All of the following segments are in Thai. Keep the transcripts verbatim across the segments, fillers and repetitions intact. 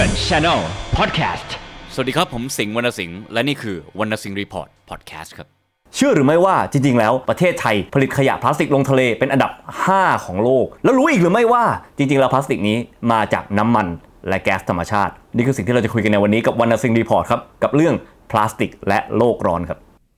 อน Channel Podcast สวัสดีครับผมสิงห์วรรณสิงห์และนี่คือวรรณสิงห์รีพอร์ตพอดแคสต์ครับเชื่อหรือไม่ว่าจริงๆแล้วประเทศไทยผลิตขยะพลาสติกลงทะเลเป็นอันดับห้าของโลกแล้วรู้อีกหรือไม่ว่าจริงๆแล้วพลาสติกนี้มาจากน้ำมันและแก๊สธรรมชาตินี่คือสิ่งที่เราจะคุยกันในวันนี้กับวรรณสิงห์รีพอร์ตครับกับเรื่องพลาสติกและโลกร้อนครับ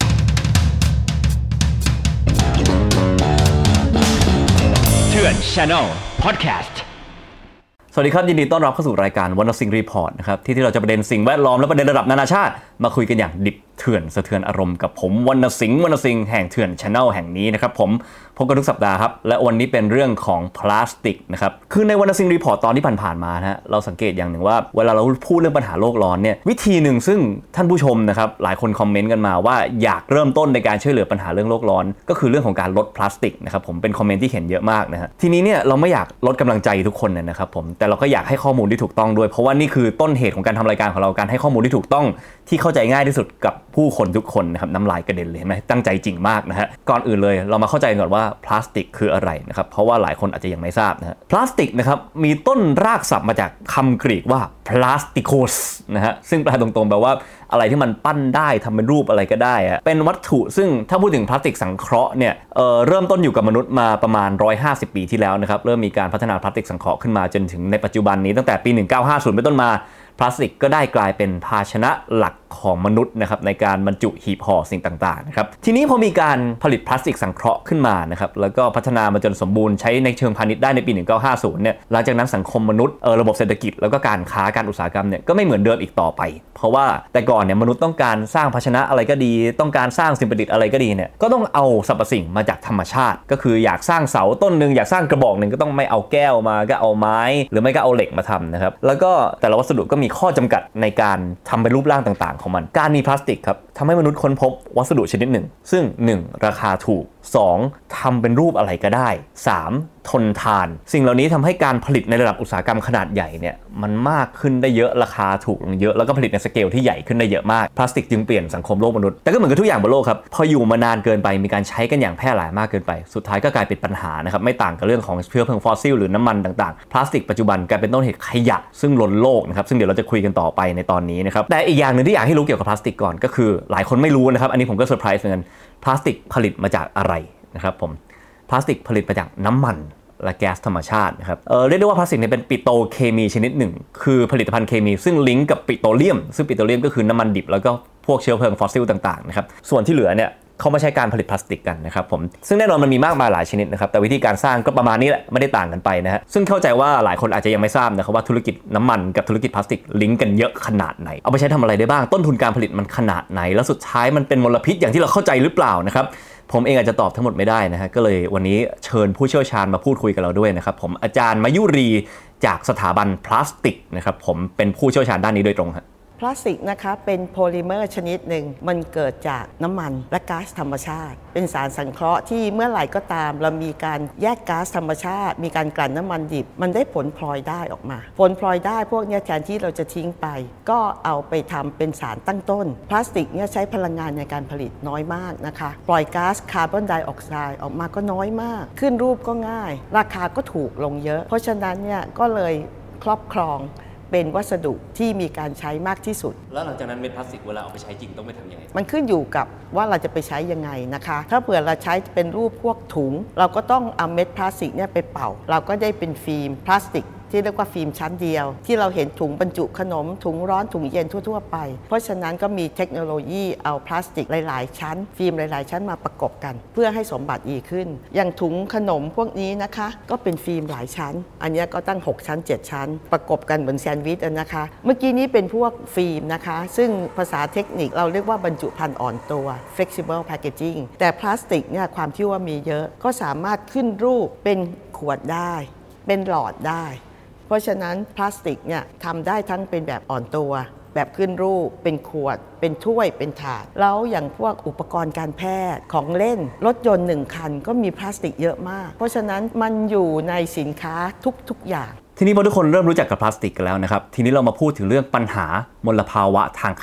เถื่อน Channel Podcast สวัสดีครับยินดีต้อนรับเข้าสู่รายการวรรณสิงห์รีพอร์ตนะครับที่ที่เราจะประเด็นสิ่งแวดล้อมและประเด็นระดับนานาชาติมาคุยกันอย่างดิบเถื่อนสะเทือนอารมณ์กับผมวรรณสิงห์วรรณสิงห์แห่งเถื่อน Channel แห่งนี้นะครับผมพบกันทุกสัปดาห์ครับและวันนี้เป็นเรื่องของพลาสติกนะครับคือในวรรณสิงห์รีพอร์ตตอนที่ผ่านๆมานะฮะเราสังเกตอย่างหนึ่งว่าเวลาเราพูดเรื่องปัญหาโลกร้อนเนี่ยวิธีหนึ่งซึ่งท่านผู้ชมนะครับหลายคนคอมเมนต์กันมาว่าอยากเริ่มต้นในการช่วยเหลือปัญหาเรื่องโลกร้อนก็คือเรื่องของการลดพลาสติกนะครับผมเป็นคอมเมนต์ที่เห็นเยอะมากนะฮะทีนี้เนี่ยเราไม่อยากลดกำลังใจทุกคนนะครับผมแต่เราก็อยากให้ข้อมูลที่ถูกต้องด้วยเพราะว่านี่คือต้นเหตุของการทำรายการของเราการให้ข้อมูลที่ถูกต้องที่เข้าใจง่ายที่สุดกับผู้คนทุกคนนะครับน้ำลายกระเด็นเลยเห็นไหมตั้งใจจริงมากนะฮะก่อนอื่นเลยเรามาเข้าใจก่อนว่าพลาสติกคืออะไรนะครับเพราะว่าหลายคนอาจจะยังไม่ทราบนะฮะพลาสติกนะครับมีต้นรากศัพท์มาจากคำกรีกว่า plastikos นะฮะซึ่งแปลตรงๆแปลว่าอะไรที่มันปั้นได้ทำเป็นรูปอะไรก็ได้อะเป็นวัตถุซึ่งถ้าพูดถึงพลาสติกสังเคราะห์เนี่ยเอ่อเริ่มต้นอยู่กับมนุษย์มาประมาณหนึ่งร้อยห้าสิบปีที่แล้วนะครับเริ่มมีการพัฒนาพลาสติกสังเคราะห์ขึ้นมาจนถึงในปัจจุบันนี้ตั้งแต่ปีหนึ่งพันเก้าร้อยห้าสิบเป็นต้นมาพลาสติกก็ได้กลายเป็นภาชนะหลักของมนุษย์นะครับในการบรรจุหีบห่อสิ่งต่างๆนะครับทีนี้พอมีการผลิตพลาสติกสังเคราะห์ขึ้นมานะครับแล้วก็พัฒนามาจนสมบูรณ์ใช้ในเชิงพาณิชย์ได้ในปีหนึ่งพันเก้าร้อยห้าสิบเนี่ยหลังจากนั้นสังคมมนุษย์เออระบบเศรษฐกิจแล้วก็การค้าการอุตสาหกรรมเนี่ยก็ไม่เหมือนเดิมอีกต่อไปเพราะว่าแต่ก่อนเนี่ยมนุษย์ต้องการสร้างภาชนะอะไรก็ดีต้องการสร้างสิ่งประดิษฐ์อะไรก็ดีเนี่ยก็ต้องเอาสรรพสิ่งมาจากธรรมชาติก็คืออยากสร้างเสาต้นนึงอยากสร้างกระบอกนึงก็ต้องไม่เอาแก้วมาก็เอาไม้หรือไม่ก็เอาเหล็กมาทำนะครับแล้วก็แต่ละวัสดุก็มีข้อจำกัดในการทำเป็นรูปร่างต่างๆของมันการมีพลาสติกครับทำให้มนุษย์ค้นพบวัสดุชนิดหนึ่งซึ่งหนึ่งราคาถูกสองทำเป็นรูปอะไรก็ได้สามทนทานสิ่งเหล่านี้ทำให้การผลิตในระดับอุตสาหกรรมขนาดใหญ่เนี่ยมันมากขึ้นได้เยอะราคาถูกลงเยอะแล้วก็ผลิตในสเกลที่ใหญ่ขึ้นได้เยอะมากพลาสติกจึงเปลี่ยนสังคมโลกมนุษย์แต่ก็เหมือนกับทุกอย่างบนโลกครับพออยู่มานานเกินไปมีการใช้กันอย่างแพร่หลายมากเกินไปสุดท้ายก็กลายเป็นปัญหานะครับไม่ต่างกับเรื่องของเชื้อเพลิงฟอสซิลหรือน้ำมันต่างๆพลาสติกปัจจุบันกลายเป็นต้นเหตุขยะซึ่งล้นโลกนะครับซึ่งเดี๋ยวเราจะคุยกันต่อไปในตอนนี้นะครับแต่อีกอย่างนึงที่อยากให้รู้เกี่ยวกับพลาสติกก่อนก็คือหลายคนไม่รู้นะครับอันนี้ผมก็เซอร์ไพรส์เหมือนกันพลาสติกผลิตมาจากอะไรนะครับผมพลาสติกผลิตมาจากน้ำมันและแก๊สธรรมชาตินะครับเอ่อเรียกได้ว่าพลาสติกเนี่ยเป็นปิโตรเคมีชนิดหนึ่งคือผลิตภัณฑ์เคมีซึ่งลิงก์กับปิโตรเลียมซึ่งปิโตรเลียมก็คือน้ำมันดิบแล้วก็พวกเชื้อเพลิงฟอสซิลต่างๆนะครับส่วนที่เหลือเนี่ยเขาไม่ใช่การผลิตพลาสติกกันนะครับผมซึ่งแน่นอนมันมีมากมายหลายชนิดนะครับแต่วิธีการสร้างก็ประมาณนี้แหละไม่ได้ต่างกันไปนะฮะซึ่งเข้าใจว่าหลายคนอาจจะยังไม่ทราบนะครับว่าธุรกิจน้ำมันกับธุรกิจพลาสติกลิงก์กันเยอะขนาดไหนเอาไปใช้ทำอะไรได้บ้างต้นทุนการผลิตมันขนาดไหนแล้วสุดท้ายมันเป็นมลพิษอย่างที่เราเข้าใจหรือเปล่านะครับผมเองอาจจะตอบทั้งหมดไม่ได้นะฮะก็เลยวันนี้เชิญผู้เชี่ยวชาญมาพูดคุยกับเราด้วยนะครับผมอาจารย์มายุรีจากสถาบันพลาสติกนะครับผมเป็นผู้เชี่ยวชาญด้านนี้โดยตรงครับพลาสติกนะคะเป็นโพลิเมอร์ชนิดหนึ่งมันเกิดจากน้ำมันและก๊าซธรรมชาติเป็นสารสังเคราะห์ที่เมื่อไหร่ก็ตามเรามีการแยกก๊าซธรรมชาติมีการกลั่นน้ำมันดิบมันได้ผลพลอยได้ออกมาผลพลอยได้พวกนี้แทนที่เราจะทิ้งไปก็เอาไปทำเป็นสารตั้งต้นพลาสติกเนี่ยใช้พลังงานในการผลิตน้อยมากนะคะปล่อยก๊าซคาร์บอนไดออกไซด์ออกมาก็น้อยมากขึ้นรูปก็ง่ายราคาก็ถูกลงเยอะเพราะฉะนั้นเนี่ยก็เลยครอบครองเป็นวัสดุที่มีการใช้มากที่สุดแล้วหลังจากนั้นเม็ดพลาสติกเวลาเอาไปใช้จริงต้องไปทำยังไงมันขึ้นอยู่กับว่าเราจะไปใช้ยังไงนะคะถ้าเผื่อเราใช้เป็นรูปพวกถุงเราก็ต้องเอาเม็ดพลาสติกเนี่ยไปเป่าเราก็ได้เป็นฟิล์มพลาสติกที่เรียกว่าฟิล์มชั้นเดียวที่เราเห็นถุงบรรจุขนมถุงร้อนถุงเย็นทั่วๆไปเพราะฉะนั้นก็มีเทคโนโลยีเอาพลาสติกหลายๆชั้นฟิล์มหลายๆชั้นมาประกบกันเพื่อให้สมบัติดีขึ้นอย่างถุงขนมพวกนี้นะคะก็เป็นฟิล์มหลายชั้นอันนี้ก็ตั้งหกชั้นเจ็ดชั้นประกบกันเหมือนแซนด์วิชนะคะเมื่อกี้นี้เป็นพวกฟิล์มนะคะซึ่งภาษาเทคนิคเราเรียกว่าบรรจุภัณฑ์อ่อนตัว flexible packaging แต่พลาสติกเนี่ยความที่ว่ามีเยอะก็สามารถขึ้นรูปเป็นขวดได้เป็นหลอดได้เพราะฉะนั้นพลาสติกเนี่ยทำได้ทั้งเป็นแบบอ่อนตัวแบบขึ้นรูปเป็นขวดเป็นถ้วยเป็นถาดแล้วอย่างพวกอุปกรณ์การแพทย์ของเล่นรถยนต์หนึ่งคันก็มีพลาสติกเยอะมากเพราะฉะนั้นมันอยู่ในสินค้าทุกๆอย่างทีนี้พอทุกคนเริ่มรู้จักกับพลาสติกกันแล้วนะครับทีนี้เรามาพูดถึงเรื่องปัญหามลภาวะทางขยะ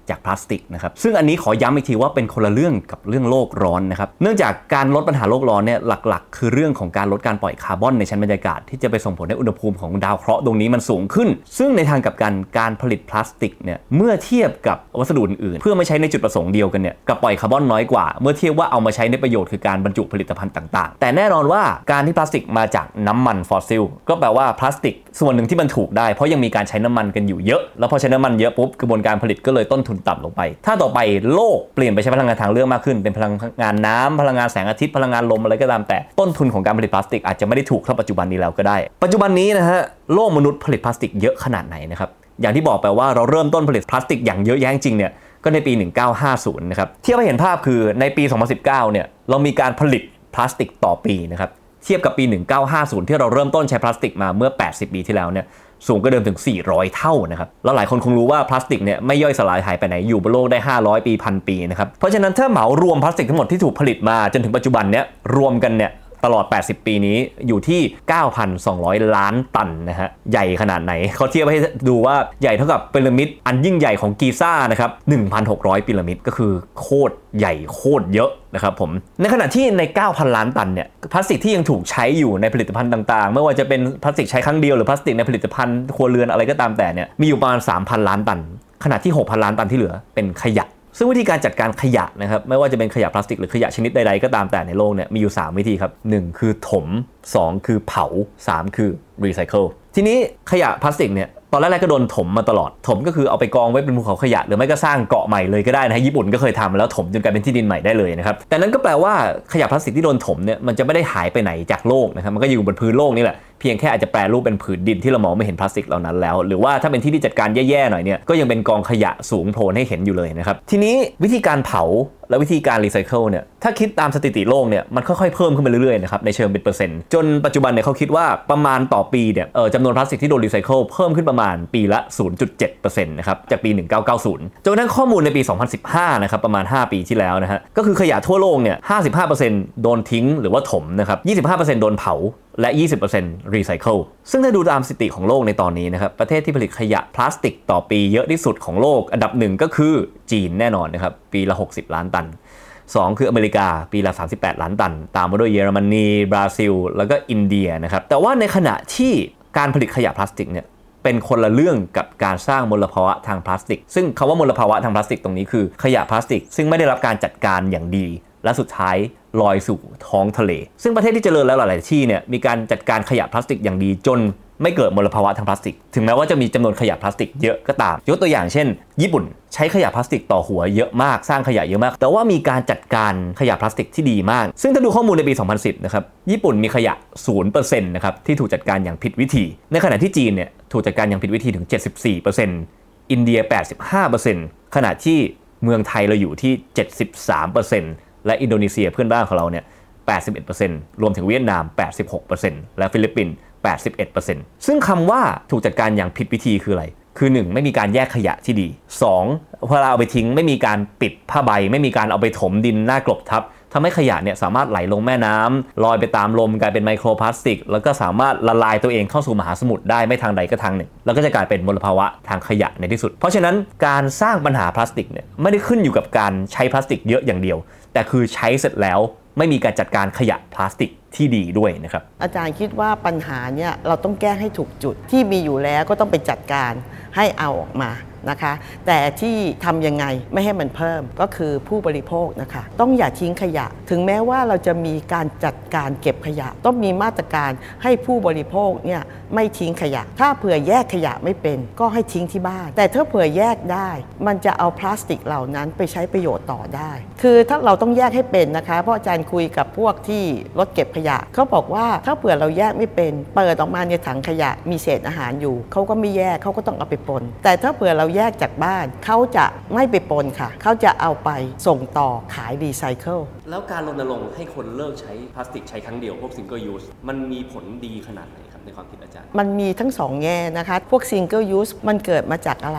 จากพลาสติกนะครับซึ่งอันนี้ขอย้ำอีกทีว่าเป็นคนละเรื่องกับเรื่องโลกร้อนนะครับเนื่องจากการลดปัญหาโลกร้อนเนี่ยหลักๆคือเรื่องของการลดการปล่อยคาร์บอนในชั้นบรรยากาศที่จะไปส่งผลให้อุณหภูมิของดาวเคราะห์ดวงนี้มันสูงขึ้นซึ่งในทางกลับกันการผลิตพลาสติกเนี่ยเมื่อเทียบกับวัสดุอื่นๆเพื่อไม่ใช้ในจุดประสงค์เดียวกันเนี่ยกับปล่อยคาร์บอนน้อยกว่าเมื่อเทียบว่าเอามาใช้ในประโยชน์คือการบรรจุผลิตภัณฑ์ต่างๆแต่แน่นอนว่าการที่พลาสติกมาจากน้ำมันฟอสซิลก็แปลว่าพลาสติกส่วนหนึ่งที่มันถูกได้เพราะยังมีการใช้น้ำมันกันอยู่เยอะแล้วพอใช้น้ำมันเยอะปุ๊บกระบวนการผลิตก็เลยต้นทุนต่ำลงไปถ้าต่อไปโลกเปลี่ยนไปใช้พลังงานทางเลือกมากขึ้นเป็นพลังงานน้ำพลังงานแสงอาทิตย์พลังงานลมอะไรก็ตามแต่ต้นทุนของการผลิตพลาสติกอาจจะไม่ได้ถูกเท่าปัจจุบันนี้แล้วก็ได้ปัจจุบันนี้นะฮะโลกมนุษย์ผลิตพลาสติกเยอะขนาดไหนนะครับอย่างที่บอกไปว่าเราเริ่มต้นผลิตพลาสติกอย่างเยอะแยะจริงเนี่ยก็ในปีหนึ่งพันเก้าร้อยห้าสิบนะครับเทียบให้เห็นภาพคือในปีสองพันสิบเก้าเนี่ยเรามีการผลิตพลาสติกต่อปีนะครับเทียบกับปีหนึ่งพันเก้าร้อยห้าสิบที่เราเริ่มต้นใช้พลาสติกมาเมื่อแปดสิบปีที่แล้วเนี่ยสูงกว่าเดิมถึงสี่ร้อยเท่านะครับแล้วหลายคนคงรู้ว่าพลาสติกเนี่ยไม่ย่อยสลายหายไปไหนอยู่บนโลกได้ห้าร้อยปีพันปีนะครับเพราะฉะนั้นถ้าเหมารวมพลาสติกทั้งหมดที่ถูกผลิตมาจนถึงปัจจุบันเนี้ยรวมกันเนี่ยตลอดแปดสิบปีนี้อยู่ที่ เก้าพันสองร้อย ล้านตันนะฮะใหญ่ขนาดไหนเขาเทียบให้ดูว่าใหญ่เท่ากับพีระมิดอันยิ่งใหญ่ของกีซ่านะครับ หนึ่งพันหกร้อย พีระมิดก็คือโคตรใหญ่โคตรเยอะนะครับผมในขณะที่ใน เก้าพัน ล้านตันเนี่ยพลาสติกที่ยังถูกใช้อยู่ในผลิตภัณฑ์ต่างๆไม่ว่าจะเป็นพลาสติกใช้ครั้งเดียวหรือพลาสติกในผลิตภัณฑ์ครัวเรือนอะไรก็ตามแต่เนี่ยมีอยู่ประมาณ สามพัน ล้านตันขณะที่ หกพัน ล้านตันที่เหลือเป็นขยะซึ่งวิธีการจัดการขยะนะครับไม่ว่าจะเป็นขยะพลาสติกหรือขยะชนิดใดๆก็ตามแต่ในโลกเนี่ยมีอยู่สามวิธีครับหนึ่งคือถมสองคือเผาสามคือรีไซเคิลทีนี้ขยะพลาสติกเนี่ยตอนแรกๆก็โดนถมมาตลอดถมก็คือเอาไปกองไว้เป็นภูเขาขยะหรือไม่ก็สร้างเกาะใหม่เลยก็ได้นะฮะญี่ปุ่นก็เคยทำแล้วถมจนกลายเป็นที่ดินใหม่ได้เลยนะครับแต่นั้นก็แปลว่าขยะพลาสติกที่โดนถมเนี่ยมันจะไม่ได้หายไปไหนจากโลกนะครับมันก็อยู่บนพื้นโลกนี่แหละเพียงแค่อาจจะแปรรูปเป็นผืนดินที่เรามองไม่เห็นพลาสติกเหล่านั้นแล้วหรือว่าถ้าเป็นที่ที่จัดการแย่ๆหน่อยเนี่ยก็ยังเป็นกองขยะสูงโพลนให้เห็นอยู่เลยนะครับทีนี้วิธีการเผาและวิธีการรีไซเคิลเนี่ยถ้าคิดตามสถิติโลกเนี่ยมันค่อยๆเพิ่มขึ้นไปเรื่อยๆนะครับในเชิงเป็นเปอร์เซ็นต์จนปัจจุบันเนี่ยเขาคิดว่าประมาณต่อปีเนี่ยเออจำนวนพลาสติกที่โดนรีไซเคิลเพิ่มขึ้นประมาณปีละ ศูนย์จุดเจ็ดเปอร์เซ็นต์ นะครับจากปีหนึ่งพันเก้าร้อยเก้าสิบจนกระทั่งข้อมูลในปีสองพันสิบห้านะครับประมาณห้าปีที่แล้วนะฮะก็คือขยะทั่วโลกเนี่ย ห้าสิบห้าเปอร์เซ็นต์ โดนทิ้งหรือว่าถมนะครับ ยี่สิบห้าเปอร์เซ็นต์ โดนเผาและ ยี่สิบเปอร์เซ็นต์ รีไซเคิลซึ่งถ้าดูตามสถิติของโลกในตอนนี้นะครับประเทศที่ผลิตขยะพลาสติกต่อปีเยอะที่สุดของโลกอันดับหนึ่งก็คือจีนแน่นอนนะครับปีละหกสิบล้านตันสองคืออเมริกาปีละสามสิบแปดล้านตันตามมาด้วยเยอรมนีบราซิลแล้วก็อินเดียนะครับแต่ว่าในขณะที่การผลิตขยะพลาสติกเนี่ยเป็นคนละเรื่องกับการสร้างมลภาวะทางพลาสติกซึ่งคำว่ามลภาวะทางพลาสติกตรงนี้คือขยะพลาสติกซึ่งไม่ได้รับการจัดการอย่างดีและสุดท้ายลอยสู่ท้องทะเลซึ่งประเทศที่เจริญแล้วหลายๆที่เนี่ยมีการจัดการขยะพลาสติกอย่างดีจนไม่เกิดมลภาวะทางพลาสติกถึงแม้ว่าจะมีจำนวนขยะพลาสติกเยอะก็ตามยกตัวอย่างเช่นญี่ปุ่นใช้ขยะพลาสติกต่อหัวเยอะมากสร้างขยะเยอะมากแต่ว่ามีการจัดการขยะพลาสติกที่ดีมากซึ่งถ้าดูข้อมูลในปีสองพันสิบนะครับญี่ปุ่นมีขยะ ศูนย์เปอร์เซ็นต์ นะครับที่ถูกจัดการอย่างผิดวิธีในขณะที่จีนเนี่ยถูกจัดการอย่างผิดวิธีถึง เจ็ดสิบสี่เปอร์เซ็นต์ อินเดีย แปดสิบห้าเปอร์เซ็นต์ ขณะที่เมืองไทยเราอยู่ที่ เจ็ดสิบสามเปอร์เซ็นต์ และอินโดนีเซียเพื่อนบ้านของเราเนี่ย แปดสิบเอ็ดเปอร์เซ็นต์ รวมถึงเวียดนาม แปดสิบหกเปอร์เซ็นต์ และฟิลิปปินส์ แปดสิบเอ็ดเปอร์เซ็นต์ ซึ่งคำว่าถูกจัดการอย่างผิดวิธีคืออะไรคือหนึ่งไม่มีการแยกขยะที่ดีสองเวลาเอาไปทิ้งไม่มีการปิดผ้าใบไม่มีการเอาไปถมดินหน้ากลบทับทำให้ขยะเนี่ยสามารถไหลลงแม่น้ำลอยไปตามลมกลายเป็นไมโครพลาสติกแล้วก็สามารถละลายตัวเองเข้าสู่มหาสมุทรได้ไม่ทางใดก็ทางหนึ่งแล้วก็จะกลายเป็นมลภาวะทางขยะในที่สุดเพราะฉะนั้นการสร้างปัญหาพลาสติกเนี่ยไม่ได้ขึ้นอยู่กับการใช้พลาสติกเยอะอย่างเดียวแต่คือใช้เสร็จแล้วไม่มีการจัดการขยะพลาสติกที่ดีด้วยนะครับอาจารย์คิดว่าปัญหาเนี่ยเราต้องแก้ให้ถูกจุดที่มีอยู่แล้วก็ต้องไปจัดการให้เอาออกมานะคะแต่ที่ทำยังไงไม่ให้มันเพิ่มก็คือผู้บริโภคนะคะต้องอย่าทิ้งขยะถึงแม้ว่าเราจะมีการจัดการเก็บขยะต้องมีมาตรการให้ผู้บริโภคเนี่ยไม่ทิ้งขยะถ้าเผื่อแยกขยะไม่เป็นก็ให้ทิ้งที่บ้านแต่ถ้าเผื่อแยกได้มันจะเอาพลาสติกเหล่านั้นไปใช้ประโยชน์ต่อได้คือถ้าเราต้องแยกให้เป็นนะคะเพราะอาจารย์คุยกับพวกที่รถเก็บขยะเขาบอกว่าถ้าเผื่อเราแยกไม่เป็นเปิดออกมาในถังขยะมีเศษอาหารอยู่เขาก็ไม่แยกเขาก็ต้องเอาไปปนแต่ถ้าเผื่อเราแยกจากบ้านเขาจะไม่ไปปนค่ะเขาจะเอาไปส่งต่อขายรีไซเคิลแล้วการรณรงค์ให้คนเลิกใช้พลาสติกใช้ครั้งเดียวพวกซิงเกิลยูสมันมีผลดีขนาดไหนครับในความคิดอาจารย์มันมีทั้งสองแง่นะคะพวกซิงเกิลยูสมันเกิดมาจากอะไร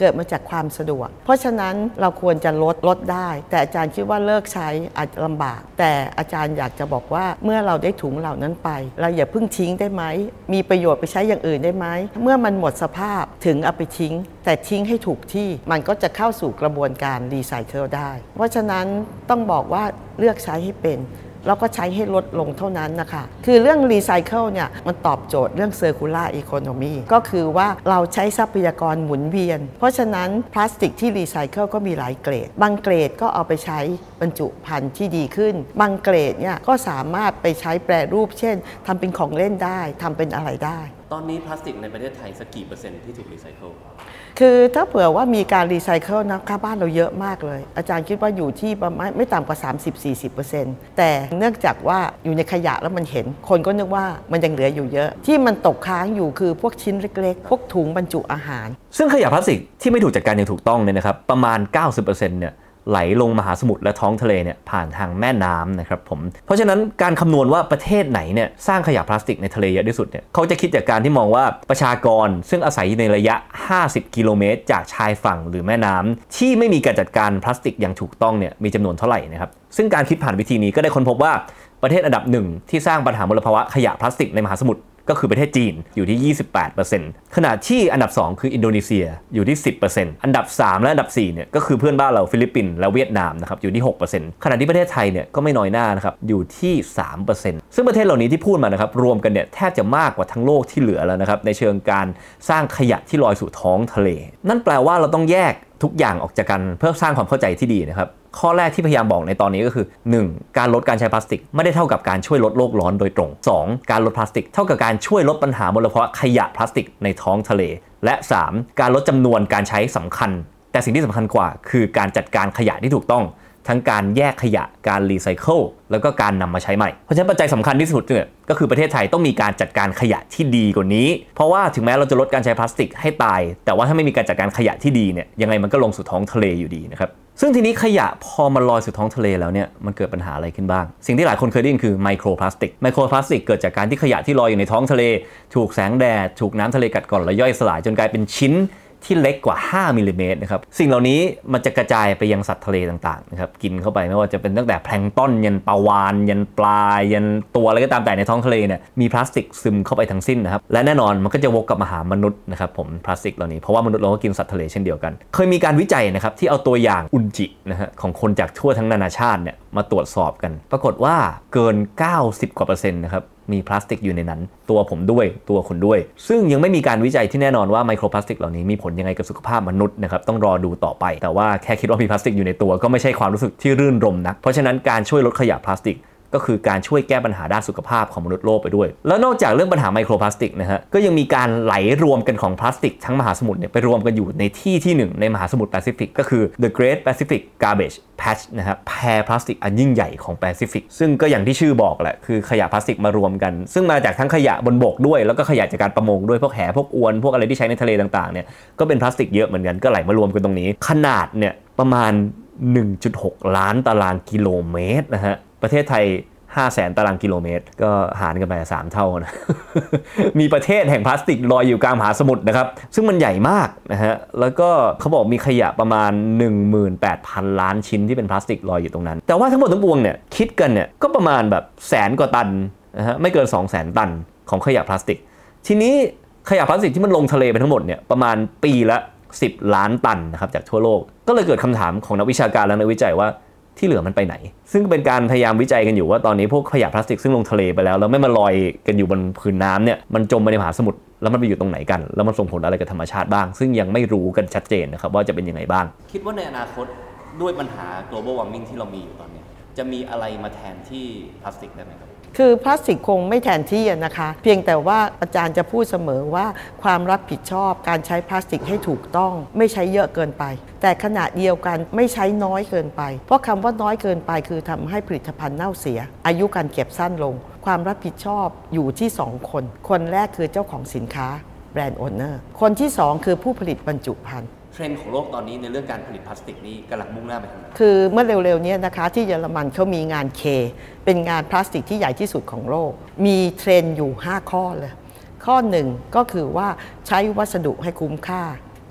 เกิดมาจากความสะดวกเพราะฉะนั้นเราควรจะลดลดได้แต่อาจารย์คิดว่าเลิกใช้อาจจะลำบากแต่อาจารย์อยากจะบอกว่าเมื่อเราได้ถุงเหล่านั้นไปเราอย่าเพิ่งทิ้งได้ไหมมีประโยชน์ไปใช้อย่างอื่นได้ไหมเมื่อมันหมดสภาพถึงเอาไปทิ้งแต่ทิ้งให้ถูกที่มันก็จะเข้าสู่กระบวนการรีไซเคิลได้เพราะฉะนั้นต้องบอกว่าเลือกใช้ให้เป็นแล้วก็ใช้ให้ลดลงเท่านั้นนะคะคือเรื่องรีไซเคิลเนี่ยมันตอบโจทย์เรื่อง Circular Economy ก็คือว่าเราใช้ทรัพยากรหมุนเวียนเพราะฉะนั้นพลาสติกที่รีไซเคิลก็มีหลายเกรดบางเกรดก็เอาไปใช้บรรจุภัณฑ์ที่ดีขึ้นบางเกรดเนี่ยก็สามารถไปใช้แปรรูปเช่นทำเป็นของเล่นได้ทำเป็นอะไรได้ตอนนี้พลาสติกในประเทศไทยสักกี่เปอร์เซ็นต์ที่ถูกรีไซเคิลคือถ้าเผื่อว่ามีการรีไซเคิลนะคะบ้านเราเยอะมากเลยอาจารย์คิดว่าอยู่ที่ประมาณไม่ต่ำกว่า สามสิบถึงสี่สิบเปอร์เซ็นต์ แต่เนื่องจากว่าอยู่ในขยะแล้วมันเห็นคนก็นึกว่ามันยังเหลืออยู่เยอะที่มันตกค้างอยู่คือพวกชิ้นเล็กๆพวกถุงบรรจุอาหารซึ่งขยะพลาสติกที่ไม่ถูกจัดการอย่างถูกต้องเนี่ยนะครับประมาณ เก้าสิบเปอร์เซ็นต์ เนี่ยไหลลงมหาสมุทรและท้องทะเลเนี่ยผ่านทางแม่น้ำนะครับผมเพราะฉะนั้นการคำนวณว่าประเทศไหนเนี่ยสร้างขยะพลาสติกในทะเลเยอะที่สุดเนี่ยเขาจะคิดจากการที่มองว่าประชากรซึ่งอาศัยในระยะห้าสิบกิโลเมตรจากชายฝั่งหรือแม่น้ำที่ไม่มีการจัดการพลาสติกอย่างถูกต้องเนี่ยมีจำนวนเท่าไหร่นะครับซึ่งการคิดผ่านวิธีนี้ก็ได้ค้นพบว่าประเทศอันดับหนึ่งที่สร้างปัญหามลภาวะขยะพลาสติกในมหาสมุทรก็คือประเทศจีนอยู่ที่ ยี่สิบแปดเปอร์เซ็นต์ ขณะที่อันดับสองคืออินโดนีเซียอยู่ที่ สิบเปอร์เซ็นต์ อันดับสามและอันดับสี่เนี่ยก็คือเพื่อนบ้านเราฟิลิปปินส์และเวียดนามนะครับอยู่ที่ หกเปอร์เซ็นต์ ขณะที่ประเทศไทยเนี่ยก็ไม่น้อยหน้านะครับอยู่ที่ สามเปอร์เซ็นต์ ซึ่งประเทศเหล่านี้ที่พูดมานะครับรวมกันเนี่ยแทบจะมากกว่าทั้งโลกที่เหลือแล้วนะครับในเชิงการสร้างขยะที่ลอยสู่ท้องทะเลนั่นแปลว่าเราต้องแยกทุกอย่างออกจากกันเพื่อสร้างความเข้าใจที่ดีนะครับข้อแรกที่พยายามบอกในตอนนี้ก็คือ หนึ่ง การลดการใช้พลาสติกไม่ได้เท่ากับการช่วยลดโลกร้อนโดยตรง สอง การลดพลาสติกเท่ากับการช่วยลดปัญหามลภาวะขยะพลาสติกในท้องทะเลและ สาม การลดจำนวนการใช้สำคัญแต่สิ่งที่สำคัญกว่าคือการจัดการขยะที่ถูกต้องทั้งการแยกขยะการรีไซเคิลแล้วก็การนำมาใช้ใหม่เพราะฉะนั้นปัจจัยสำคัญที่สุดเนี่ยก็คือประเทศไทยต้องมีการจัดการขยะที่ดีกว่านี้เพราะว่าถึงแม้เราจะลดการใช้พลาสติกให้ตายแต่ว่าถ้าไม่มีการจัดการขยะที่ดีเนี่ยยังไงมันก็ลงสู่ท้องทะเลอยู่ดีนะครับซึ่งทีนี้ขยะพอมันลอยสู่ท้องทะเลแล้วเนี่ยมันเกิดปัญหาอะไรขึ้นบ้างสิ่งที่หลายคนเคยได้ยินคือไมโครพลาสติกไมโครพลาสติกเกิดจากการที่ขยะที่ลอยอยู่ในท้องทะเลถูกแสงแดดถูกน้ำทะเลกัดกร่อนและย่อยสลายจนกลายเป็นชิ้นที่เล็กกว่าห้ามิลลิเมตรนะครับสิ่งเหล่านี้มันจะกระจายไปยังสัตว์ทะเลต่างๆนะครับกินเข้าไปไม่ว่าจะเป็นตั้งแต่แพลงก์ต้นยันปลาวาฬยันปลายันตัวอะไรก็ตามแต่ในท้องทะเลเนี่ยมีพลาสติกซึมเข้าไปทั้งสิ้นนะครับและแน่นอนมันก็จะวกกลับมาหามนุษย์นะครับผมพลาสติกเหล่านี้เพราะว่ามนุษย์เราก็กินสัตว์ทะเลเช่นเดียวกันเคยมีการวิจัยนะครับที่เอาตัวอย่างอุจจินะฮะของคนจากทั่วทั้งนานาชาติเนี่ยมาตรวจสอบกันปรากฏว่าเกินเก้าสิบกว่าเปอร์เซ็นต์นะครับมีพลาสติกอยู่ในนั้นตัวผมด้วยตัวคุณด้วยซึ่งยังไม่มีการวิจัยที่แน่นอนว่าไมโครพลาสติกเหล่านี้มีผลยังไงกับสุขภาพมนุษย์นะครับต้องรอดูต่อไปแต่ว่าแค่คิดว่ามีพลาสติกอยู่ในตัวก็ไม่ใช่ความรู้สึกที่รื่นรมนักเพราะฉะนั้นการช่วยลดขยะพลาสติกก็คือการช่วยแก้ปัญหาด้านสุขภาพของมนุษย์โลกไปด้วยแล้วนอกจากเรื่องปัญหาไมโครพลาสติกนะฮะก็ยังมีการไหลรวมกันของพลาสติกทั้งมหาสมุทรเนี่ยไปรวมกันอยู่ในที่ที่หนึ่งในมหาสมุทรแปซิฟิกก็คือ The Great Pacific Garbage Patch นะครับแพรพลาสติกอันยิ่งใหญ่ของแปซิฟิกซึ่งก็อย่างที่ชื่อบอกแหละคือขยะพลาสติกมารวมกันซึ่งมาจากทั้งขยะบนบกด้วยแล้วก็ขยะจากการประมงด้วยพวกแหพวกอวนพวกอะไรที่ใช้ในทะเลต่างๆเนี่ยก็เป็นพลาสติกเยอะเหมือนกันก็ไหลมารวมกันตรงนี้ขนาดเนี่ยประมาณ หนึ่งจุดหก ล้านตารางกิโลเมตรนะฮะประเทศไทยห้าแสนตารางกิโลเมตรก็หารกันไปสามเท่านะ มีประเทศแห่งพลาสติกลอยอยู่กลางมหาสมุทรนะครับซึ่งมันใหญ่มากนะฮะแล้วก็เขาบอกมีขยะประมาณ หนึ่งหมื่นแปดพัน ล้านชิ้นที่เป็นพลาสติกลอยอยู่ตรงนั้นแต่ว่าทั้งหมดทั้งปวงเนี่ยคิดกันเนี่ยก็ประมาณแบบแสนกว่าตันนะฮะไม่เกิน สองแสน ตันของขยะพลาสติกทีนี้ขยะพลาสติกที่มันลงทะเลไปทั้งหมดเนี่ยประมาณปีละสิบล้านตันนะครับจากทั่วโลกก็เลยเกิดคำถามของนักวิชาการและนักวิจัยว่าที่เหลือมันไปไหนซึ่งเป็นการพยายามวิจัยกันอยู่ว่าตอนนี้พวกขยะพลาสติกซึ่งลงทะเลไปแล้วแล้วไม่มาลอยกันอยู่บนพื้นน้ำเนี่ยมันจมไปในมหาสมุทรแล้วมันไปอยู่ตรงไหนกันแล้วมันส่งผลอะไรกับธรรมชาติบ้างซึ่งยังไม่รู้กันชัดเจนนะครับว่าจะเป็นยังไงบ้างคิดว่าในอนาคตด้วยปัญหา global warming ที่เรามีอยู่ตอนนี้จะมีอะไรมาแทนที่พลาสติกได้ไหมครับคือพลาสติกคงไม่แทนที่นะคะเพียงแต่ว่าอาจารย์จะพูดเสมอว่าความรับผิดชอบการใช้พลาสติกให้ถูกต้องไม่ใช้เยอะเกินไปแต่ขณะเดียวกันไม่ใช้น้อยเกินไปเพราะคำว่าน้อยเกินไปคือทำให้ผลิตภัณฑ์เน่าเสียอายุการเก็บสั้นลงความรับผิดชอบอยู่ที่สองคนคนแรกคือเจ้าของสินค้าแบรนด์โอเนอร์คนที่สองคือผู้ผลิตบรรจุภัณฑ์เทรนด์ของโลกตอนนี้ในเรื่องการผลิตพลาสติกนี่กำลังมุ่งหน้าไปทางไหนคือเมื่อเร็วๆนี้นะคะที่เยอรมันเขามีงานเคเป็นงานพลาสติกที่ใหญ่ที่สุดของโลกมีเทรนด์อยู่ห้าข้อเลยข้อหนึ่งก็คือว่าใช้วัสดุให้คุ้มค่า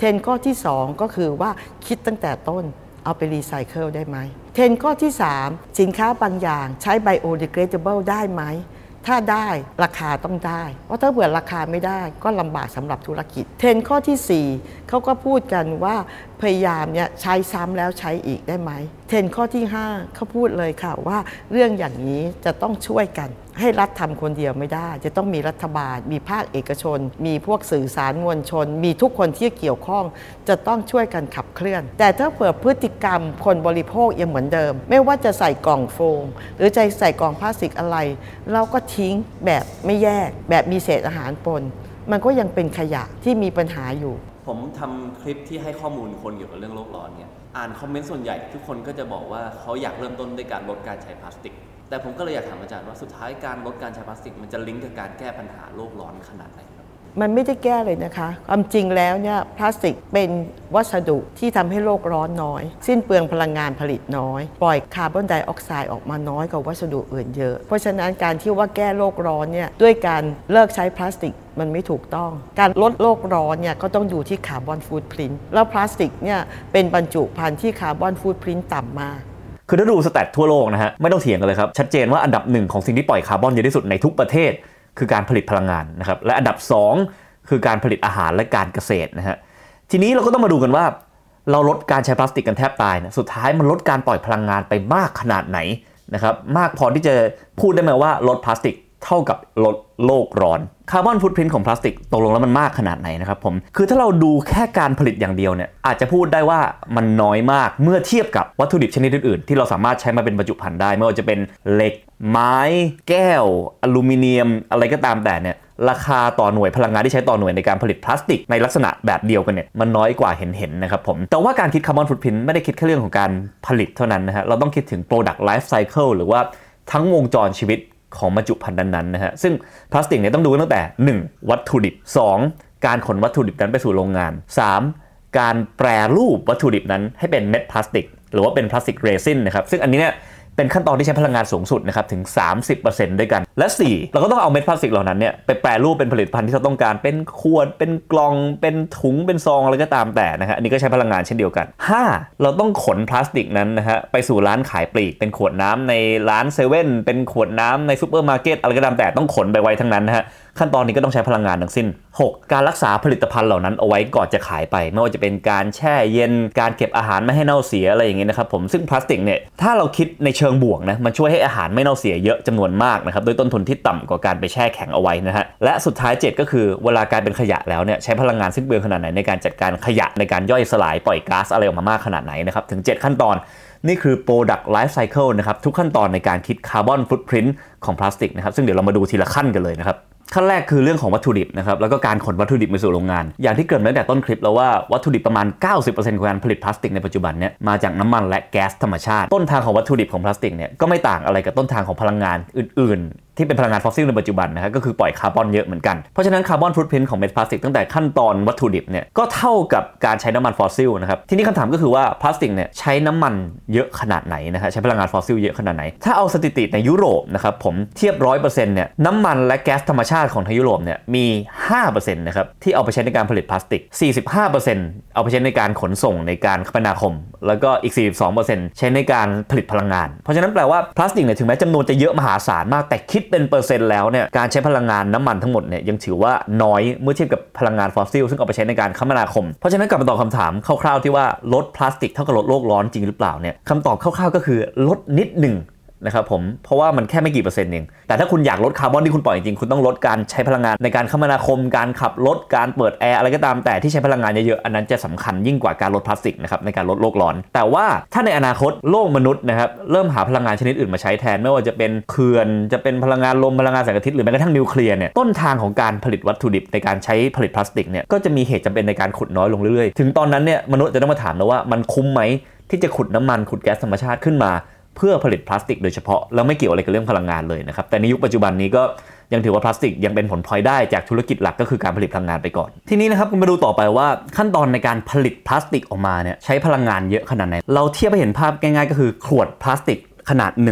เทรนด์ข้อที่สองก็คือว่าคิดตั้งแต่ต้นเอาไปรีไซเคิลได้ไหมเทรนด์ข้อที่สามสินค้าบางอย่างใช้ biodegradable ได้ไหมถ้าได้ราคาต้องได้เพราะถ้าเผื่อราคาไม่ได้ก็ลำบากสำหรับธุรกิจเทรนด์ข้อที่สี่เขาก็พูดกันว่าพยายามเนี่ยใช้ซ้ำแล้วใช้อีกได้ไหมเทรนด์ข้อที่ห้าเขาพูดเลยค่ะว่าเรื่องอย่างนี้จะต้องช่วยกันให้รัฐทำคนเดียวไม่ได้จะต้องมีรัฐบาลมีภาคเอกชนมีพวกสื่อสารมวลชนมีทุกคนที่เกี่ยวข้องจะต้องช่วยกันขับเคลื่อนแต่ถ้าเผื่อพฤติกรรมคนบริโภคยังเหมือนเดิมไม่ว่าจะใส่กล่องโฟมหรือจะใส่กล่องพลาสติกอะไรเราก็ทิ้งแบบไม่แยกแบบมีเศษอาหารปนมันก็ยังเป็นขยะที่มีปัญหาอยู่ผมทำคลิปที่ให้ข้อมูลคนเกี่ยวกับเรื่องโลกร้อนเนี่ยอ่านคอมเมนต์ส่วนใหญ่ทุกคนก็จะบอกว่าเขาอยากเริ่มต้นด้วยการลดการใช้พลาสติกแต่ผมก็เลยอยากถามอาจารย์ว่าสุดท้ายการลดการใช้พลาสติกมันจะลิงก์กับการแก้ปัญหาโลกร้อนขนาดไหนครับมันไม่ได้แก้เลยนะคะความจริงแล้วเนี่ยพลาสติกเป็นวัสดุที่ทำให้โลกร้อนน้อยสิ้นเปลืองพลังงานผลิตน้อยปล่อยคาร์บอนไดออกไซด์ออกมาน้อยกว่าวัสดุอื่นเยอะเพราะฉะนั้นการที่ว่าแก้โลกร้อนเนี่ยด้วยการเลิกใช้พลาสติกมันไม่ถูกต้องการลดโลกร้อนเนี่ยก็ต้องดูที่คาร์บอนฟูตพริ้นท์แล้วพลาสติกเนี่ยเป็นบรรจุภัณฑ์ที่คาร์บอนฟูตพริ้นท์ต่ำมากคือถ้าดูสแตททั่วโลกนะฮะไม่ต้องเถียงกันเลยครับชัดเจนว่าอันดับหนึ่งของสิ่งที่ปล่อยคาร์บอนเยอะที่สุดในทุกประเทศคือการผลิตพลังงานนะครับและอันดับสองคือการผลิตอาหารและการเกษตรนะฮะทีนี้เราก็ต้องมาดูกันว่าเราลดการใช้พลาสติกกันแทบตายนะสุดท้ายมันลดการปล่อยพลังงานไปมากขนาดไหนนะครับมากพอที่จะพูดได้ไหมว่าลดพลาสติกเท่ากับลดโลกร้อนคาร์บอนฟุตพริ้นท์ของพลาสติกตกลงแล้วมันมากขนาดไหนนะครับผมคือถ้าเราดูแค่การผลิตอย่างเดียวเนี่ยอาจจะพูดได้ว่ามันน้อยมากเมื่อเทียบกับวัตถุดิบชนิดอื่นๆที่เราสามารถใช้มาเป็นบรรจุภัณฑ์ได้ไม่ว่าจะเป็นเหล็กไม้แก้วอลูมิเนียมอะไรก็ตามแต่เนี่ยราคาต่อหน่วยพลังงานที่ใช้ต่อหน่วยในการผลิตพลาสติกในลักษณะแบบเดียวกันเนี่ยมันน้อยกว่าเห็นๆนะครับผมแต่ว่าการคิดคาร์บอนฟุตพริ้นท์ไม่ได้คิดแค่เรื่องของการผลิตเท่านั้นนะฮะเราต้องคิดถึง product life cycle หรือว่าทั้งวงจรชีวิตของบรรจุภัณฑ์นั้นๆนะฮะซึ่งพลาสติกเนี่ยต้องดูตั้งแต่หนึ่งวัตถุดิบสองการขนวัตถุดิบนั้นไปสู่โรงงานสามการแปรรูปวัตถุดิบนั้นให้เป็นเม็ดพลาสติกหรือว่าเป็นพลาสติกเรซินนะครับซึ่งอันนี้เนี่ยเป็นขั้นตอนที่ใช้พลังงานสูงสุดนะครับถึง สามสิบเปอร์เซ็นต์ ด้วยกันและสี่เราก็ต้องเอาเม็ดพลาสติกเหล่านั้นเนี่ยไปแปรรูปเป็นผลิตภัณฑ์ที่เราต้องการเป็นขวดเป็นกล่องเป็นถุงเป็นซองอะไรก็ตามแต่นะฮะอันนี้ก็ใช้พลังงานเช่นเดียวกันห้าเราต้องขนพลาสติกนั้นนะฮะไปสู่ร้านขายปลีกเป็นขวดน้ำในร้านเซเว่นเป็นขวดน้ำในซูเปอร์มาร์เก็ตอะไรก็ตามแต่ต้องขนไปไว้ทั้งนั้นนะฮะขั้นตอนนี้ก็ต้องใช้พลังงานทั้งสิ้นหกการรักษาผลิตภัณฑ์เหล่านั้นเอาไว้ก่อนจะขายไปไม่ว่าจะเป็นการแช่เย็นการเก็บอาหารไม่ให้เน่าเสียอะไรอย่างเงี้ยนะครับผมซึ่งพลาสติกเนี่ยถ้าเราคิดในเชิงบวกนะมันช่วยให้อาหารไม่เน่าเสียเยอะจำนวนมากนะครับด้วยต้นทุนที่ต่ำกว่าการไปแช่แข็งเอาไว้นะฮะและสุดท้ายเจ็ดก็คือเวลากลายเป็นขยะแล้วเนี่ยใช้พลังงานสิ้นเปลืองขนาดไหนในการจัดการขยะในการย่อยสลายปล่อยก๊าซอะไรออกมามากขนาดไหนนะครับถึงเจ็ดขั้นตอนนี่คือ product life cycle นะครับทุกขั้นตอนในการคิด carbon footprint ของพลาสติกนะครับซึ่งเดี๋ยวเรามาดูทีละขั้นกันเลยนะครับขั้นแรกคือเรื่องของวัตถุดิบนะครับแล้วก็การขนวัตถุดิบไปสู่โรงงานอย่างที่เกริ่นไว้ตั้งแต่ต้นคลิปแล้วว่าวัตถุดิบประมาณ เก้าสิบเปอร์เซ็นต์ ของการผลิตพลาสติกในปัจจุบันเนี่ยมาจากน้ำมันและแก๊สธรรมชาติต้นทางของวัตถุดิบของพลาสติกเนี่ยก็ไม่ต่างอะไรกับต้นทางของพลังงานอื่นๆที่เป็นพลังงานฟอสซิลในปัจจุบันนะครับก็คือปล่อยคาร์บอนเยอะเหมือนกันเพราะฉะนั้นคาร์บอนฟุตพริ้นท์ของเม็ดพลาสติกตั้งแต่ขั้นตอนวัตถุดิบเนี่ยก็เท่ากับการใช้น้ำมันฟอสซิลนะครับทีนี้คำถามก็คือว่าพลาสติกเนี่ยใช้น้ำมันเยอะขนาดไหนนะฮะใช้พลังงานฟอสซิลเยอะขนาดไหนถ้าเอาสถิติในยุโรปนะครับผมเทียบ ร้อยเปอร์เซ็นต์ เนี่ยน้ำมันและแก๊สธรรมชาติของทางยุโรปเนี่ยมี ห้าเปอร์เซ็นต์ นะครับที่เอาไปใช้ในการผลิตพลาสติก สี่สิบห้าเปอร์เซ็นต์ เอาไปใช้ในการขนส่งในการคมนาคมแล้วก็อีก สี่สิบสองเปอร์เซ็นต์ ใช้ในการผลิตพลังงานเพราะฉะนั้นแปลว่าพลาสติกเนี่ยถึงแม้จำนวนจะเยอะมหาศาลมากแต่คิดเป็นเปอร์เซ็นต์แล้วเนี่ยการใช้พลังงานน้ำมันทั้งหมดเนี่ยยังถือว่าน้อยเมื่อเทียบกับพลังงานฟอสซิลซึ่งเอาไปใช้ในการคมนาคมเพราะฉะนั้นกลับมาตอบคำถามคร่าวๆที่ว่าลดพลาสติกเท่ากับลดโลกร้อนจริงหรือเปล่าเนี่ยคำตอบคร่าวๆก็คือลดนิดหนึ่งนะครับผมเพราะว่ามันแค่ไม่กี่เปอร์เซ็นต์เองแต่ถ้าคุณอยากลดคาร์บอนที่คุณปล่อยจริงคุณต้องลดการใช้พลังงานในการคมนาคมการขับรถการเปิดแอร์อะไรก็ตามแต่ที่ใช้พลังงานเยอะๆอันนั้นจะสำคัญยิ่งกว่าการลดพลาสติกนะครับในการลดโลกร้อนแต่ว่าถ้าในอนาคตโลกมนุษย์นะครับเริ่มหาพลังงานชนิดอื่นมาใช้แทนไม่ว่าจะเป็นเขื่อนจะเป็นพลังงานลมพลังงานแสงอาทิตย์หรือแม้กระทั่งนิวเคลียร์เนี่ยต้นทางของการผลิตวัตถุดิบในการใช้ผลิตพลาสติกเนี่ยก็จะมีเหตุจำเป็นในการขุดน้อยลงเรื่อยๆถึงตอนนั้นเนี่ยมนุษย์จะต้องมาถามแล้วว่ามันคุ้มไหมที่จะขุดน้ำมันขุดแก๊สธรรมชาติขึ้นมาเพื่อผลิตพลาสติกโดยเฉพาะแล้วไม่เกี่ยวอะไรกับเรื่องพลังงานเลยนะครับแต่ในยุคปัจจุบันนี้ก็ยังถือว่าพลาสติกยังเป็นผลพลอยได้จากธุรกิจหลักก็คือการผลิตพลังงานไปก่อนทีนี้นะครับมาดูต่อไปว่าขั้นตอนในการผลิตพลาสติกออกมาเนี่ยใช้พลังงานเยอะขนาดไหนเราเทียบให้เห็นภาพง่ายๆก็คือขวดพลาสติกขนาดหนึ่งลิตร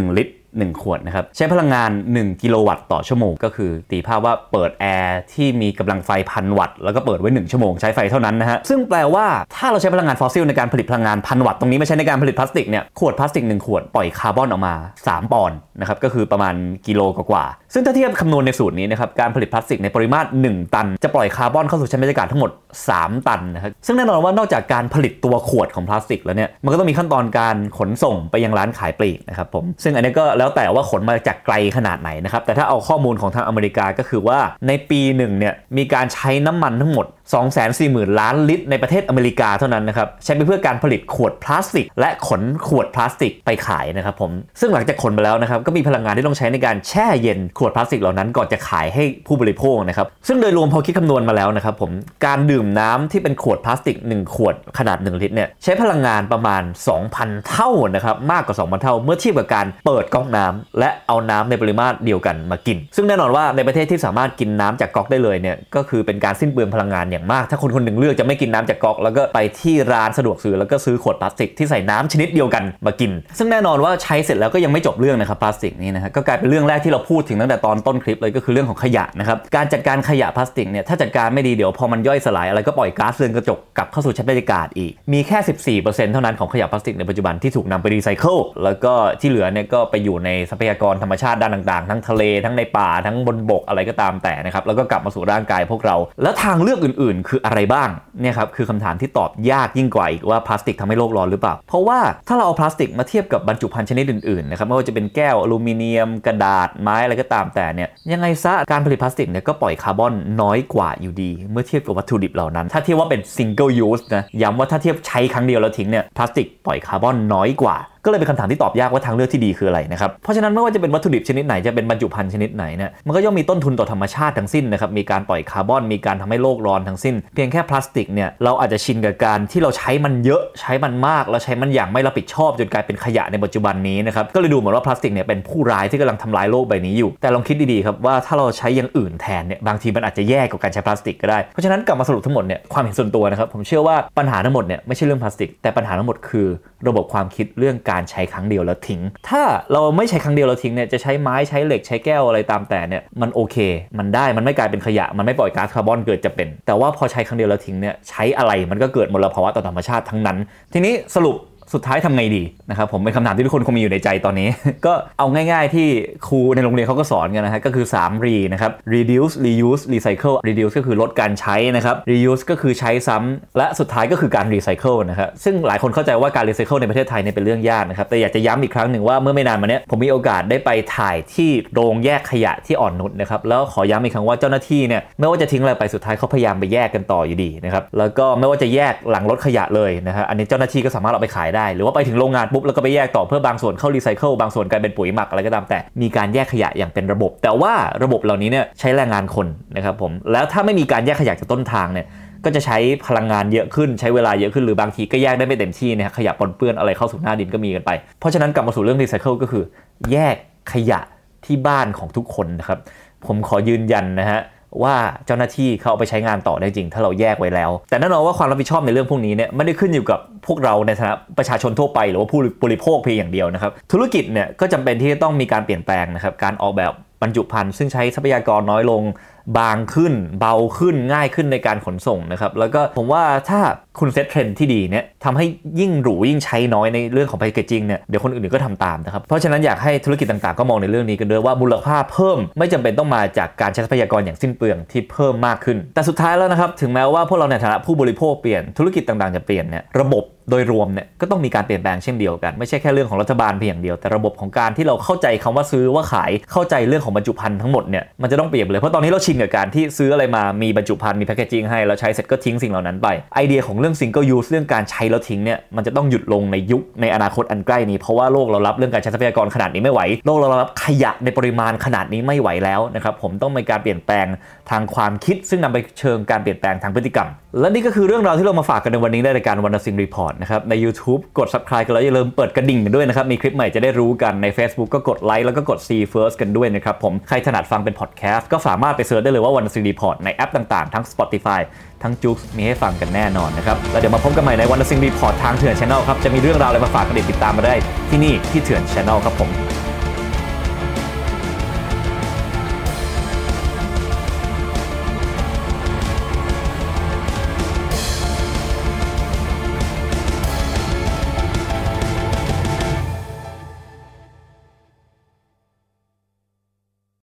หนึ่งขวดนะครับใช้พลังงานหนึ่งกิโลวัตต์ต่อชั่วโมงก็คือตีภาพว่าเปิดแอร์ที่มีกำลังไฟพันวัตต์แล้วก็เปิดไว้หนึ่งชั่วโมงใช้ไฟเท่านั้นนะฮะซึ่งแปลว่าถ้าเราใช้พลังงานฟอสซิลในการผลิตพลังงานพันวัตต์ตรงนี้ไม่ใช่ในการผลิตพลาสติกเนี่ยขวดพลาสติกหนึ่งขวดปล่อยคาร์บอนออกมาสามปอนด์นะครับก็คือประมาณกิโลกว่าซึ่งถ้าเทียบคำนวณในสูตรนี้นะครับการผลิตพลาสติกในปริมาตรหนึ่งตันจะปล่อยคาร์บอนเข้าสู่ชั้นบรรยากาศทั้งหมดสามตันนะครับซึ่งแน่นอนว่านอกจากการผลิตตัวขวดของพลาสติกแล้วเนี่ยมันก็ต้องมีขั้นตอนการขนส่งไปยังร้านขายปลีกนะครับผมซึ่งอันนี้ก็แล้วแต่ว่าขนมาจากไกลขนาดไหนนะครับแต่ถ้าเอาข้อมูลของทางอเมริกาก็คือว่าในปีหนึ่งเนี่ยมีการใช้น้ำมันทั้งหมด สองแสนสี่หมื่น ล้านลิตรในประเทศอเมริกาเท่านั้นนะครับใช้ไปเพื่อการผลิตขวดพลาสติกและขนขวดพลาสติกไปขายนะครับผมซึ่งหลังจากขนไปแล้วนะครับก็มีพลังงานที่ต้องใช้ในการแช่เย็นขวดพลาสติกเหล่านั้นก่อนจะขายให้ผู้บริโภคนะครับซึ่งโดยรวมพอคิดคำนวณมาแล้วนะครับผมการดื่มน้ำที่เป็นขวดพลาสติกหนึ่งขวดขนาดหนึ่งลิตรเนี่ยใช้พลังงานประมาณ สองพัน เท่านะครับมากกว่า สองพัน เท่าเมื่อเทียบกับการเปิดก๊อกน้ำและเอาน้ำในปริมาตรเดียวกันมากินซึ่งแน่นอนว่าในประเทศที่สามารถกินน้ำจากก๊อกได้เลยเนี่ยก็คือเป็นการสิ้นเปลืองพลังงานอย่างมากถ้าคนคนหนึ่งเลือกจะไม่กินน้ำจากก๊อกแล้วก็ไปที่ร้านสะดวกซื้อแล้วก็ซื้อขวดพลาสติกที่ใส่น้ำชนิดเดียวกันมากินซึ่งแน่นอนว่าใช้เสร็จแล้วก็ยังไม่จบเรื่องนะครับพลาสติกนี่นะฮะก็กลายเป็นเรื่องแรกที่เราพูดถึงตั้งแต่ตอนต้นคลิปเลยก็คือเรื่องของขยะนะครับการจัดการขยะพลาสติกเนี่ยถ้าจัดการไม่ดีเดี๋ยวพอมันย่อยสลายอะไรก็ปล่อยก๊าซเรือนกระจกกลับเข้าสู่ชั้นบรรยากาศอีกมีแค่ สิบสี่เปอร์เซ็นต์ เท่านั้นของขยะพลาสติกในปัจจุบันที่ถูกนำไปรีไซเคิลแล้วก็ที่เหลือเนี่ยก็ไปอยู่ในทรัพยากรธรรมชาติด้านต่างๆทั้งทะเลทั้งในป่าทั้งบนบกอะไรก็ตามแต่นะครับแล้วก็กลับมาสู่ร่างกายพวกเราแล้วทางเลือกอื่นๆคืออะไรบ้างเนี่ยครับคือคำถามที่ตอบยากยิ่งกว่าอีกว่าพลาสติกทำให้โลกร้อนหรือเปล่าเพราะว่าถ้าเราเอาพลาสติกมาเทียบกับบรรจุภัณฑ์ชนิดอื่นๆนะครับไม่ว่าจะเป็นแก้วอลูมิเนียมกระดาษไม้อะไรก็ตามแต่เนี่ยยังไงซะการผลิตพลาสติกเนี่ยก็ปล่อยคาร์บอนน้อยกว่าอยู่ดีเมื่อเทียบกับวัตถุดิบเหล่านั้นถ้าเทียบว่าเป็น single use นะย้ำว่าถ้าเทียบใช้ครั้งเดียวแล้วทิ้งเนี่ยพลาสติกปล่อยคาร์บอนน้อยกว่าก็เลยเป็นคำถามที่ตอบยากว่าทางเลือกที่ดีคืออะไรนะครับเพราะฉะนั้นไม่ว่าจะเป็นวัตถุดิบชนิดไหนจะเป็นบรรจุภัณฑ์ชนิดไหนเนี่ยมันก็ย่อมมีต้นทุนต่อธรรมชาติทั้งสิ้นนะครับมีการปล่อยคาร์บอนมีการทำให้โลกร้อนทั้งสิ้นเพียงแค่พลาสติกเนี่ยเราอาจจะชินกับการที่เราใช้มันเยอะใช้มันมากแล้วใช้มันอย่างไม่รับผิดชอบจนกลายเป็นขยะในปัจจุบันนี้นะครับก็เลยดูเหมือนว่าพลาสติกเนี่ยเป็นผู้ร้ายที่กำลังทำลายโลกใบนี้อยู่แต่ลองคิดดีๆครับว่าถ้าเราใช้อย่างอื่นแทนเนี่ยบางทีมันอาจจะแย่กว่าการใช้พลาสติกก็ได้เพราะฉะนั้นกลับมาสรุปทั้งหมดเนี่ยความเห็นส่วนตัวนะครับผมเชื่อว่าปัญหาทั้งหมดเนี่ยไม่ใช่เรื่องพลาสติกแต่ปัญหาทั้งหมดคือระบบความคิดเรื่องการใช้ครั้งเดียวแล้วทิ้งถ้าเราไม่ใช้ครั้งเดียวแล้วทิ้งเนี่ยจะใช้ไม้ใช้เหล็กใช้แก้วอะไรตามแต่เนี่ยมันโอเคมันได้มันไม่กลายเป็นขยะมันไม่ปล่อยก๊าซคาร์บอนเกิดจะเป็นแต่ว่าพอใช้ครั้งเดียวแล้วทิ้งเนี่ยใช้อะไรมันก็เกิดมลภาวะต่อธรรมชาติทั้งนั้นทีนี้สรุปสุดท้ายทำไงดีนะครับผมเป็นคำถามที่ทุกคนคงมีอยู่ในใจตอนนี้ ก็เอาง่ายๆที่ครูในโรงเรียนเขาก็สอนกันนะฮะก็คือสาม re นะครับ reduce reuse recycle reduce ก็คือลดการใช้นะครับ reuse ก็คือใช้ซ้ำและสุดท้ายก็คือการ recycle นะครับซึ่งหลายคนเข้าใจว่าการ recycle ในประเทศไทยเนี่ยเป็นเรื่องยากนะครับแต่อยากจะย้ำอีกครั้งหนึ่งว่าเมื่อไม่นานมานี้ผมมีโอกาสได้ไปถ่ายที่โรงแยกขยะที่อ่อนนุชนะครับแล้วขอย้ำอีกครั้งว่าเจ้าหน้าที่เนี่ยไม่ว่าจะทิ้งอะไรไปสุดท้ายเขาพยายามไปแยกกันต่ออยู่ดีนะครับแล้วก็ไม่ว่าจะแยกหลังรถขยะเลยนะฮะอันนี้เจ้าหน้าที่ก็สามารถเอาไปขายได้หรือว่าไปถึงโรงงานปุ๊บแล้วก็ไปแยกต่อเพื่อบางส่วนเข้ารีไซเคิลบางส่วนกลายเป็นปุ๋ยหมักอะไรก็ตามแต่มีการแยกขยะอย่างเป็นระบบแต่ว่าระบบเหล่านี้เนี่ยใช้แรงงานคนนะครับผมแล้วถ้าไม่มีการแยกขยะจากต้นทางเนี่ยก็จะใช้พลังงานเยอะขึ้นใช้เวลาเยอะขึ้นหรือบางทีก็แยกได้ไม่เต็มที่นะขยะปนเปื้อนอะไรเข้าสู่หน้าดินก็มีกันไปเพราะฉะนั้นกลับมาสู่เรื่องรีไซเคิลก็คือแยกขยะที่บ้านของทุกคนนะครับผมขอยืนยันนะฮะว่าเจ้าหน้าที่เขาเอาไปใช้งานต่อได้จริงถ้าเราแยกไว้แล้วแต่แน่นอนว่าความรับผิดชอบในเรื่องพวกนี้เนี่ยไม่ได้ขึ้นอยู่กับพวกเราในฐานะประชาชนทั่วไปหรือว่าผู้บริโภคเพียงอย่างเดียวนะครับธุรกิจเนี่ยก็จำเป็นที่จะต้องมีการเปลี่ยนแปลงนะครับการออกแบบบรรจุภัณฑ์ซึ่งใช้ทรัพยากรน้อยลงบางขึ้นเบาขึ้นง่ายขึ้นในการขนส่งนะครับแล้วก็ผมว่าถ้าคุณเซตเทรนด์ที่ดีเนี่ยทำให้ยิ่งหรูยิ่งใช้น้อยในเรื่องของแพคเกจจิ้งเนี่ยเดี๋ยวคนอื่นๆก็ทำตามนะครับเพราะฉะนั้นอยากให้ธุรกิจต่างๆก็มองในเรื่องนี้กันด้วยว่ามูลค่าเพิ่มไม่จำเป็นต้องมาจากการใช้ทรัพยากรอย่างสิ้นเปลืองที่เพิ่มมากขึ้นแต่สุดท้ายแล้วนะครับถึงแม้ว่าพวกเราในฐานะผู้บริโภคเปลี่ยนธุรกิจต่างๆจะเปลี่ยนเนี่ยระบบโดยรวมเนี่ยก็ต้องมีการเปลี่ยนแปลงเช่นเดียวกันไม่ใช่แค่เรื่องของรัฐบาลเพียงเดียวแต่ระบบของการที่เราเข้าใจคำว่าซื้อว่าขายเข้าใจเรื่องของบรรจุภัณฑ์ทั้งหมดเนี่ยมันจะต้องเปลี่ยนเลยเพราะตอนนี้เราชินกับการที่ซื้ออะไรมามีบรรจุภัณฑ์มีแพคเกจจิ้งให้แล้วใช้เสร็จก็ทิ้งสิ่งเหล่านั้นไปไอเดียของเรื่อง single use เรื่องการใช้แล้วทิ้งเนี่ยมันจะต้องหยุดลงในยุคในอนาคตอันใกล้นี้เพราะว่าโลกเรารับเรื่องการใช้ทรัพยากรขนาดนี้ไม่ไหวโลกเรารับขยะในปริมาณขนาดนี้ไม่ไหวแล้วนะครับผมต้องมีการเปลี่ยนแปลงทางความคิดซึ่งนำไปเชิงการเปลี่ยนแปลงทางพฤติกรรมและนี่ก็คือเรื่องราวที่เรามาฝากกันในวันนี้ในรายการวรรณสิงห์รีพอร์ตนะครับใน YouTube กด Subscribe กันแล้วอย่าลืมเปิดกระดิ่งกันด้วยนะครับมีคลิปใหม่จะได้รู้กันใน Facebook ก็กดไลค์แล้วก็กด See First กันด้วยนะครับผมใครถนัดฟังเป็น Podcast ก็สามารถไปเสิร์ชได้เลยว่าวรรณสิงห์รีพอร์ตในแอปต่างๆทั้ง Spotify ทั้ง Joox มีให้ฟังกันแน่นอนนะครับแล้วเดี๋ยวมาพบกันใหม่ในวรรณสิงห์รีพอร์ตทางเถื่อน Channel ครับจะมีเรื่องราวอะไรมาฝากกันติดตามมาได้ที่นี่ที่เถื่อน Channel ครับผม